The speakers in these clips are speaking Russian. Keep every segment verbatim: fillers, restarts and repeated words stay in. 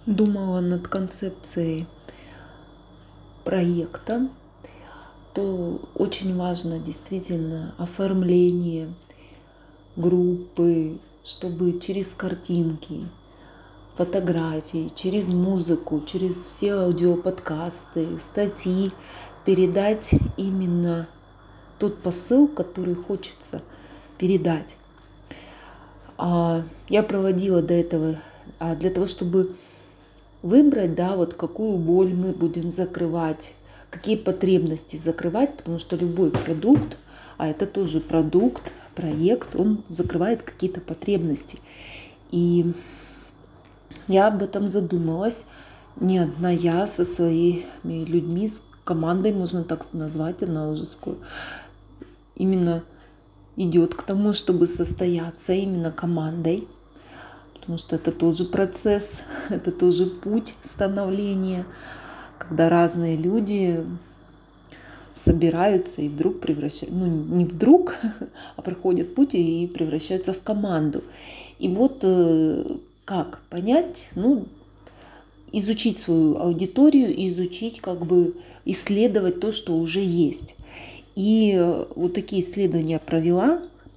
думала над концепцией проекта, то очень важно действительно оформление группы, чтобы через картинки, фотографии, через музыку, через все аудиоподкасты, статьи передать именно тот посыл, который хочется передать. Я проводила до этого, а для того, чтобы выбрать, да, вот какую боль мы будем закрывать, какие потребности закрывать, потому что любой продукт, а это тоже продукт, проект, он закрывает какие-то потребности. И я об этом задумалась. Не одна я со своими людьми, с командой, можно так назвать, она уже скоро именно идет к тому, чтобы состояться именно командой, потому что это тоже процесс, это тоже путь становления, когда разные люди собираются и вдруг превращаются, ну не вдруг, а проходят путь и превращаются в команду. И вот как понять, ну, изучить свою аудиторию, изучить, как бы исследовать то, что уже есть. И вот такие исследования провела,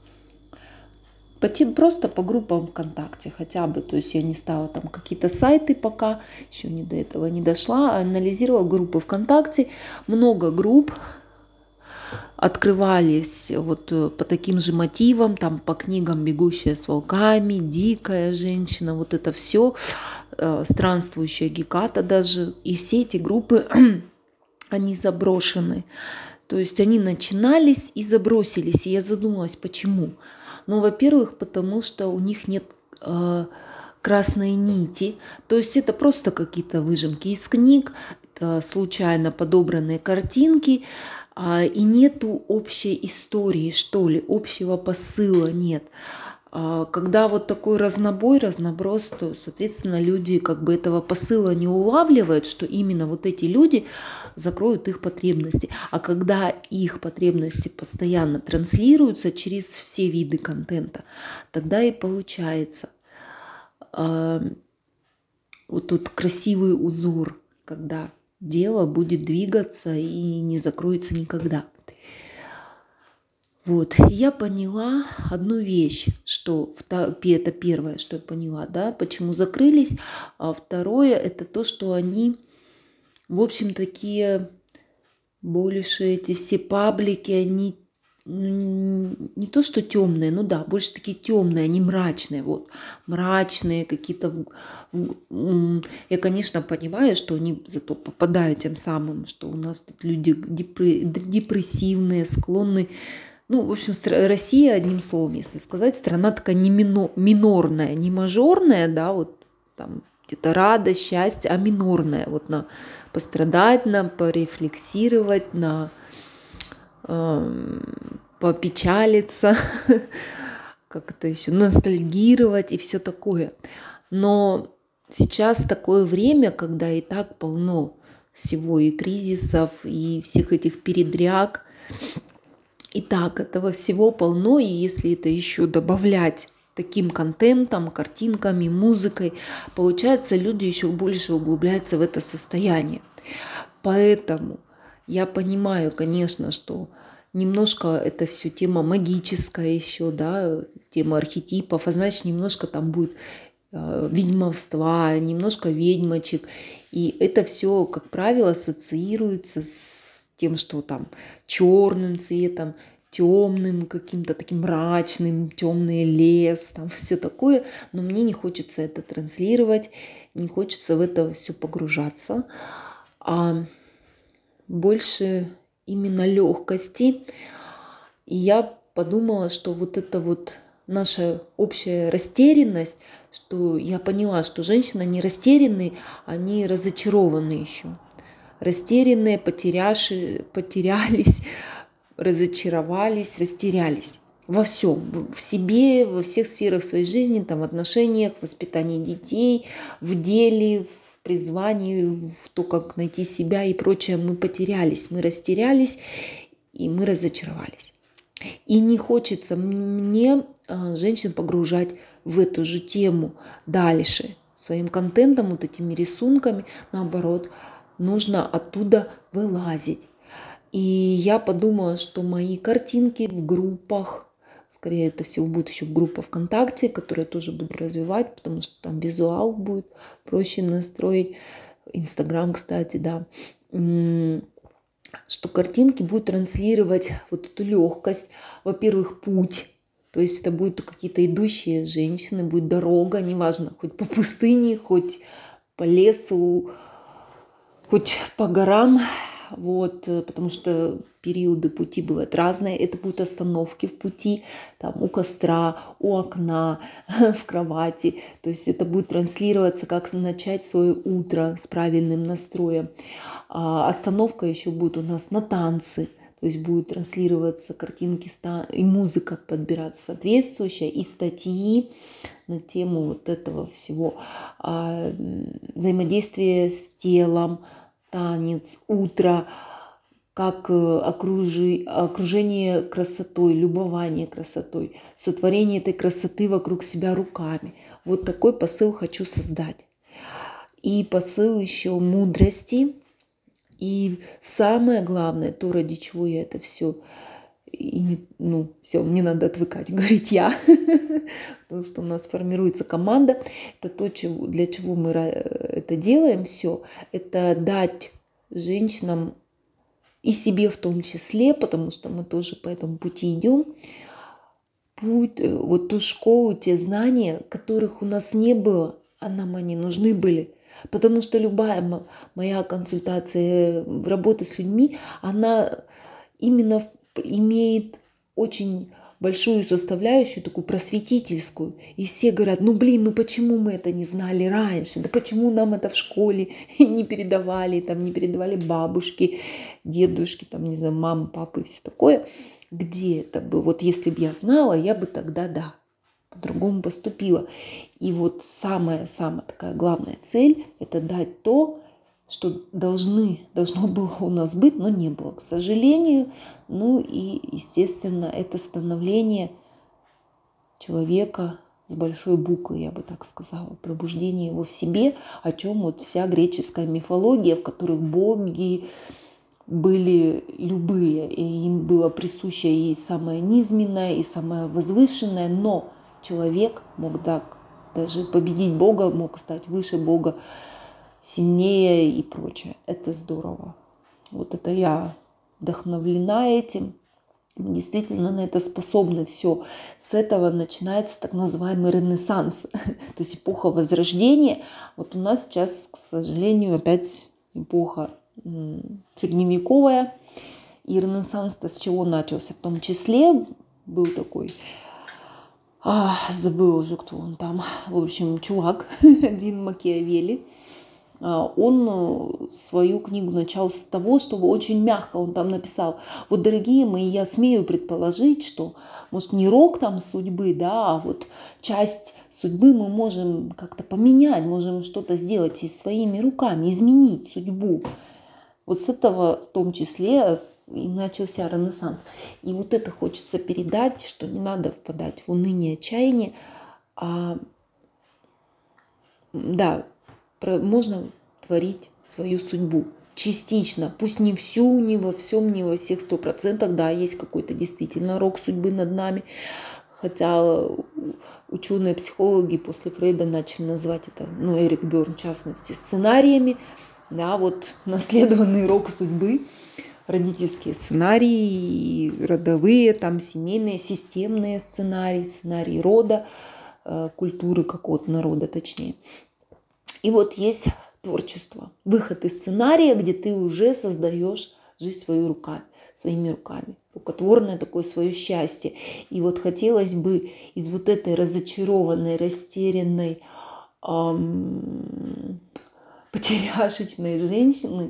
просто по группам ВКонтакте хотя бы. То есть я не стала там какие-то сайты пока, еще не до этого не дошла, а анализировала группы ВКонтакте. Много групп открывались вот по таким же мотивам, там по книгам «Бегущая с волками», «Дикая женщина», вот это все, «Странствующая Геката» даже. И все эти группы, они заброшены. То есть они начинались и забросились. И я задумалась, почему. Ну, во-первых, потому что у них нет э, красной нити. То есть это просто какие-то выжимки из книг, случайно подобранные картинки. Э, и нету общей истории, что ли, общего посыла нет. Когда вот такой разнобой, разноброс, то, соответственно, люди как бы этого посыла не улавливают, что именно вот эти люди закроют их потребности. А когда их потребности постоянно транслируются через все виды контента, тогда и получается э, вот тот красивый узор, когда дело будет двигаться и не закроется никогда. Вот, я поняла одну вещь, что это первое, что я поняла, да, почему закрылись, а второе, это то, что они, в общем, такие больше эти все паблики, они ну, не то, что темные, ну да, больше такие темные, они мрачные, вот, мрачные какие-то. Я, конечно, понимаю, что они зато попадают тем самым, что у нас тут люди депрессивные, склонны. Ну, в общем, Россия, одним словом, если сказать, страна такая не мино, минорная, не мажорная, да, вот там где-то радость, счастье, а минорная, вот на пострадать, на порефлексировать, на э, попечалиться, как это еще, ностальгировать и все такое. Но сейчас такое время, когда и так полно всего и кризисов, и всех этих передряг. Итак, этого всего полно, и если это еще добавлять таким контентом, картинками, музыкой, получается, люди еще больше углубляются в это состояние. Поэтому я понимаю, конечно, что немножко это все тема магическая еще, да, тема архетипов, а значит, немножко там будет э, ведьмовства, немножко ведьмочек, и это все, как правило, ассоциируется с тем, что там черным цветом, темным каким-то таким мрачным, темный лес, там все такое, но мне не хочется это транслировать, не хочется в это все погружаться, а больше именно легкости. И я подумала, что вот это вот наша общая растерянность, что я поняла, что женщины не растерянные, они разочарованы еще. Растерянные, потеряши, потерялись, разочаровались, растерялись во всем, в себе, во всех сферах своей жизни, там, в отношениях, в воспитании детей, в деле, в призвании, в то, как найти себя и прочее. Мы потерялись, мы растерялись, и мы разочаровались. И не хочется мне женщин погружать в эту же тему дальше. своим контентом, вот этими рисунками, наоборот, нужно оттуда вылазить. И я подумала, что мои картинки в группах, скорее это всего будет еще в группа ВКонтакте, которую я тоже буду развивать, потому что там визуал будет проще настроить. Инстаграм, кстати, да. Что картинки будут транслировать вот эту легкость. Во-первых, путь. То есть это будут какие-то идущие женщины, будет дорога, неважно, хоть по пустыне, хоть по лесу, хоть по горам. Вот, потому что периоды пути бывают разные. Это будут остановки в пути, там, у костра, у окна, в кровати. То есть это будет транслироваться, как начать свое утро с правильным настроем. А остановка еще будет у нас на танцы. То есть будут транслироваться картинки и музыка подбираться соответствующая, и статьи на тему вот этого всего. А, взаимодействие с телом, танец, утро, как окружи, окружение красотой, любование красотой, сотворение этой красоты вокруг себя руками. Вот такой посыл хочу создать. И посыл еще мудрости. И самое главное, то, ради чего я это все, и не, ну, все, мне надо отвыкать говорить я, потому что у нас формируется команда. Это то, чего, для чего мы это делаем, все, это дать женщинам и себе в том числе, потому что мы тоже по этому пути идем, путь, вот ту школу, те знания, которых у нас не было, а нам они нужны были. Потому что любая моя консультация, работа с людьми, она именно имеет очень большую составляющую, такую просветительскую. И все говорят, ну блин, ну почему мы это не знали раньше? Да почему нам это в школе не передавали, там не передавали бабушки, дедушки, там, не знаю, мамы, папы и все такое. Где это было? Вот если бы я знала, я бы тогда, да, по-другому поступила. И вот самая-самая такая главная цель – это дать то, что должны, должно было у нас быть, но не было, к сожалению. Ну и, естественно, это становление человека с большой буквы, я бы так сказала, пробуждение его в себе, о чем вот вся греческая мифология, в которых боги были любые, и им было присуще и самое низменное, и самое возвышенное, но человек мог так, даже победить Бога, мог стать выше Бога, сильнее и прочее. Это здорово. Вот это я вдохновлена этим. Мы действительно на это способны. Все. С этого начинается так называемый ренессанс, то есть эпоха Возрождения. Вот у нас сейчас, к сожалению, опять эпоха средневековая. И ренессанс-то с чего начался? В том числе был такой... А, забыл уже, кто он там. В общем, чувак, один Макиавелли. Он свою книгу начал с того, что очень мягко он там написал. Вот, дорогие мои, я смею предположить, что, может, не рок там судьбы, да, а вот часть судьбы мы можем как-то поменять, можем что-то сделать и своими руками, изменить судьбу. Вот с этого в том числе и начался Ренессанс. И вот это хочется передать, что не надо впадать в уныние, отчаяние. А, да, про, можно творить свою судьбу частично. Пусть не всю, не во всем, не во всех сто процентах. Да, есть какой-то действительно рок судьбы над нами. Хотя ученые психологи после Фрейда начали называть это, ну, Эрик Бёрн в частности, сценариями. Да, вот наследованный рок судьбы, родительские сценарии, родовые, там семейные, системные сценарии, сценарии рода, культуры какого-то народа точнее. И вот есть творчество, выход из сценария, где ты уже создаешь жизнь своими руками, своими руками. Рукотворное такое свое счастье. И вот хотелось бы из вот этой разочарованной, растерянной, эм, потеряшечной женщины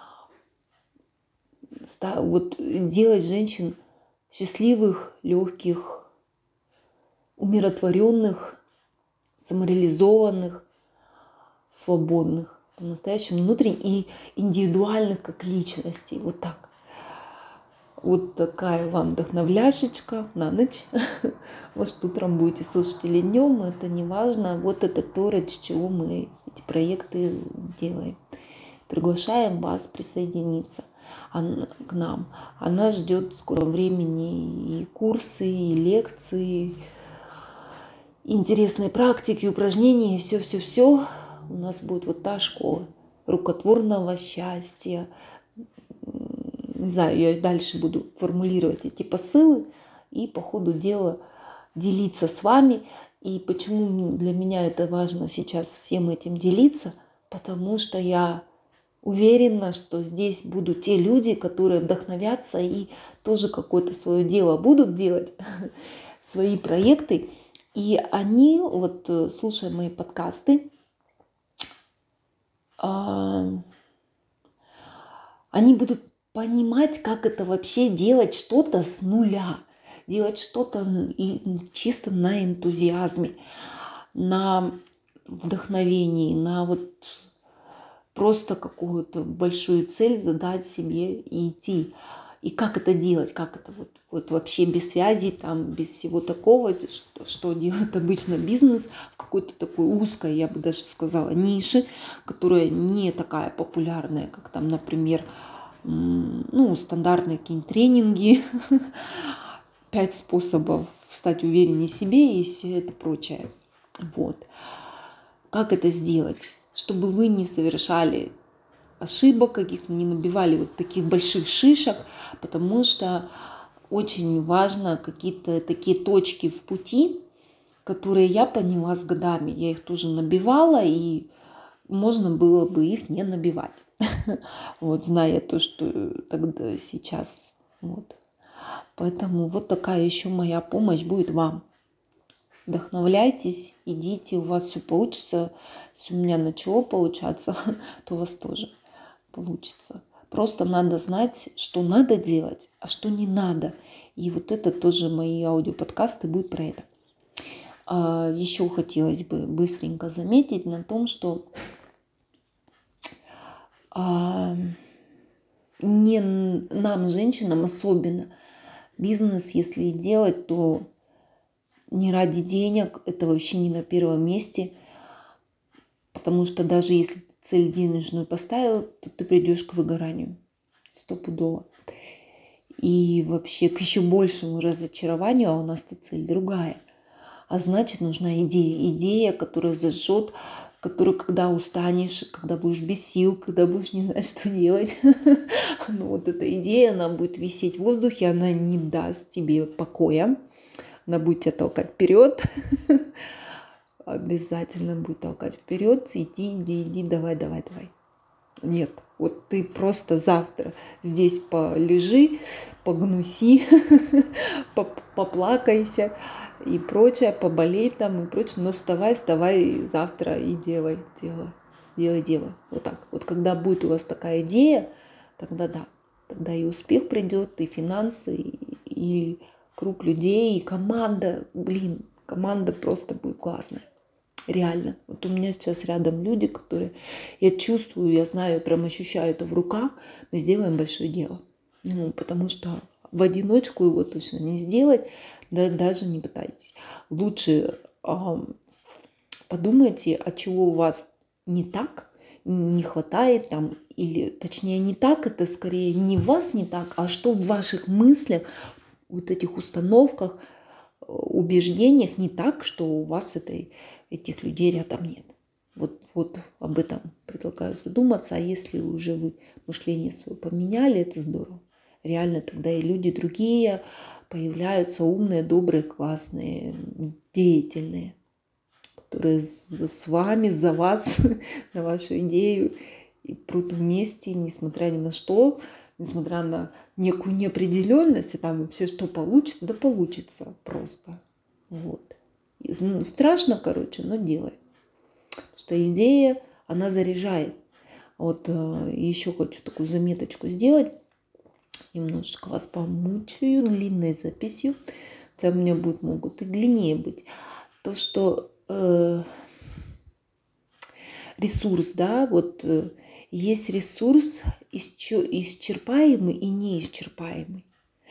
вот делать женщин счастливых, легких, умиротворенных, самореализованных, свободных, по-настоящему внутренне и индивидуальных как личностей. Вот так. Вот такая вам вдохновляшечка на ночь. Может, утром будете слушать или днем, это не важно. Вот это то, ради чего мы эти проекты делаем. Приглашаем вас присоединиться к нам. Она ждет в скором времени и курсы, и лекции, и интересные практики, упражнения, и все-все-все. У нас будет вот та школа рукотворного счастья. Не знаю, я дальше буду формулировать эти посылы и по ходу дела делиться с вами. И почему для меня это важно сейчас всем этим делиться? Потому что я уверена, что здесь будут те люди, которые вдохновятся и тоже какое-то свое дело будут делать, свои проекты. И они, вот слушая мои подкасты, они будут понимать, как это вообще делать что-то с нуля, делать что-то чисто на энтузиазме, на вдохновении, на вот просто какую-то большую цель задать себе и идти. И как это делать, как это вот, вот вообще без связи, там, без всего такого, что, что делает обычно бизнес в какой-то такой узкой, я бы даже сказала, нише, которая не такая популярная, как там, например, ну, стандартные какие-нибудь тренинги, пять способов стать увереннее в себе и все это прочее. Вот. Как это сделать, чтобы вы не совершали ошибок каких-то, не набивали вот таких больших шишек, потому что очень важно какие-то такие точки в пути, которые я поняла с годами. Я их тоже набивала, и можно было бы их не набивать. Вот, зная то, что тогда сейчас. Вот. Поэтому вот такая еще моя помощь будет вам. Вдохновляйтесь, идите, у вас все получится. Если у меня начало получаться, то у вас тоже получится. Просто надо знать, что надо делать, а что не надо. И вот это тоже мои аудиоподкасты будут про это. А еще хотелось бы быстренько заметить на том, что а, не нам, женщинам особенно, бизнес, если делать, то не ради денег, это вообще не на первом месте. Потому что даже если ты цель денежную поставил, то ты придешь к выгоранию стопудово. И вообще к еще большему разочарованию, а у нас-то цель другая. А значит, нужна идея. Идея, которая зажжет, которую, когда устанешь, когда будешь без сил, когда будешь не знать, что делать. Ну вот эта идея, она будет висеть в воздухе, она не даст тебе покоя. Она будет тебя толкать вперед. Обязательно будет толкать вперед. Иди, иди, иди, давай, давай, давай. Нет, вот ты просто завтра здесь полежи, погнуси, поплакайся и прочее, поболей там и прочее. Но вставай, вставай завтра и делай, делай, сделай, делай. Вот так. Вот когда будет у вас такая идея, тогда да, тогда и успех придет, и финансы, и, и круг людей, и команда. Блин, команда просто будет классная. Реально. Вот у меня сейчас рядом люди, которые я чувствую, я знаю, прям ощущаю это в руках. Мы сделаем большое дело. Ну, потому что в одиночку его точно не сделать, да, даже не пытайтесь. Лучше э, подумайте, от чего у вас не так, не хватает там, или точнее не так, это скорее не в вас не так, а что в ваших мыслях, вот этих установках, убеждениях не так, что у вас этой, этих людей рядом нет. Вот, вот об этом предлагаю задуматься. А если уже вы мышление свое поменяли, это здорово. Реально тогда и люди другие появляются, умные, добрые, классные, деятельные, которые с вами, за вас, на вашу идею и прут вместе, несмотря ни на что, несмотря на некую неопределенность, и там вообще что получится, да получится просто. Вот. И, ну, страшно, короче, но делай. Потому что идея, она заряжает. Вот э, еще хочу такую заметочку сделать. Немножечко вас помучаю длинной записью. Хотя у меня будет, могут и длиннее быть. То, что э, ресурс, да, вот э, есть ресурс исчерпаемый и неисчерпаемый.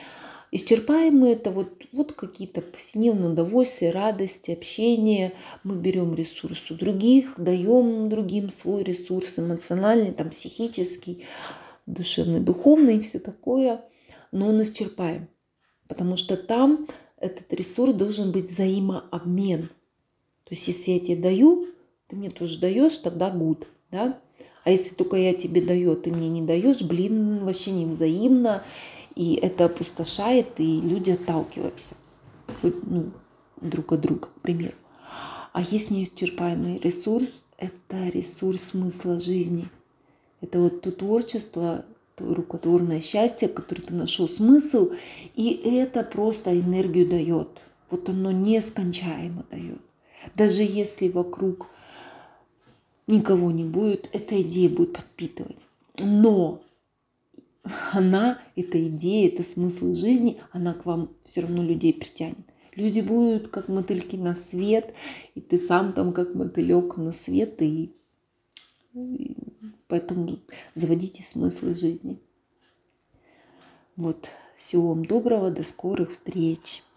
Исчерпаемые — это вот, вот какие-то повседневные удовольствия, радости, общение. Мы берем ресурс у других, даем другим свой ресурс эмоциональный, там, психический, душевный, духовный и все такое. Но он исчерпаем, потому что там этот ресурс должен быть взаимообмен. То есть если я тебе даю, ты мне тоже даешь, тогда гуд, да? А если только я тебе даю, ты мне не даешь, блин, вообще не взаимно. И это опустошает, и люди отталкиваются ну, друг от друга, к примеру. А есть неисчерпаемый ресурс – это ресурс смысла жизни. Это вот то творчество, то рукотворное счастье, которое ты нашел смысл, и это просто энергию дает. Вот оно нескончаемо дает. Даже если вокруг никого не будет, эта идея будет подпитывать. Но она, эта идея, это смысл жизни, она к вам все равно людей притянет. Люди будут как мотыльки на свет, и ты сам там как мотылек на свет, и, и поэтому заводите смыслы жизни. Вот, всего вам доброго, до скорых встреч.